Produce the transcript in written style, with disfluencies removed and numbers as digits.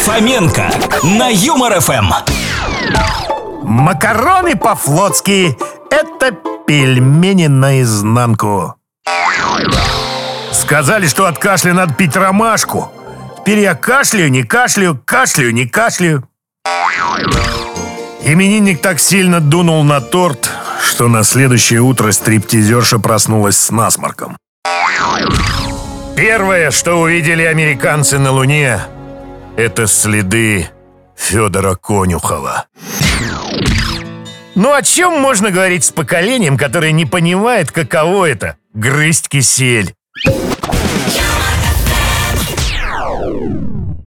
Фоменко на Юмор ФМ. Макароны по-флотски – это пельмени наизнанку. Сказали, что от кашля надо пить ромашку. Теперь я кашляю, не кашляю, кашляю, не кашляю. Именинник так сильно дунул на торт, что на следующее утро стриптизерша проснулась с насморком. Первое, что увидели американцы на Луне, это следы Федора Конюхова. Ну о чем можно говорить с поколением, которое не понимает, каково это — грызть кисель?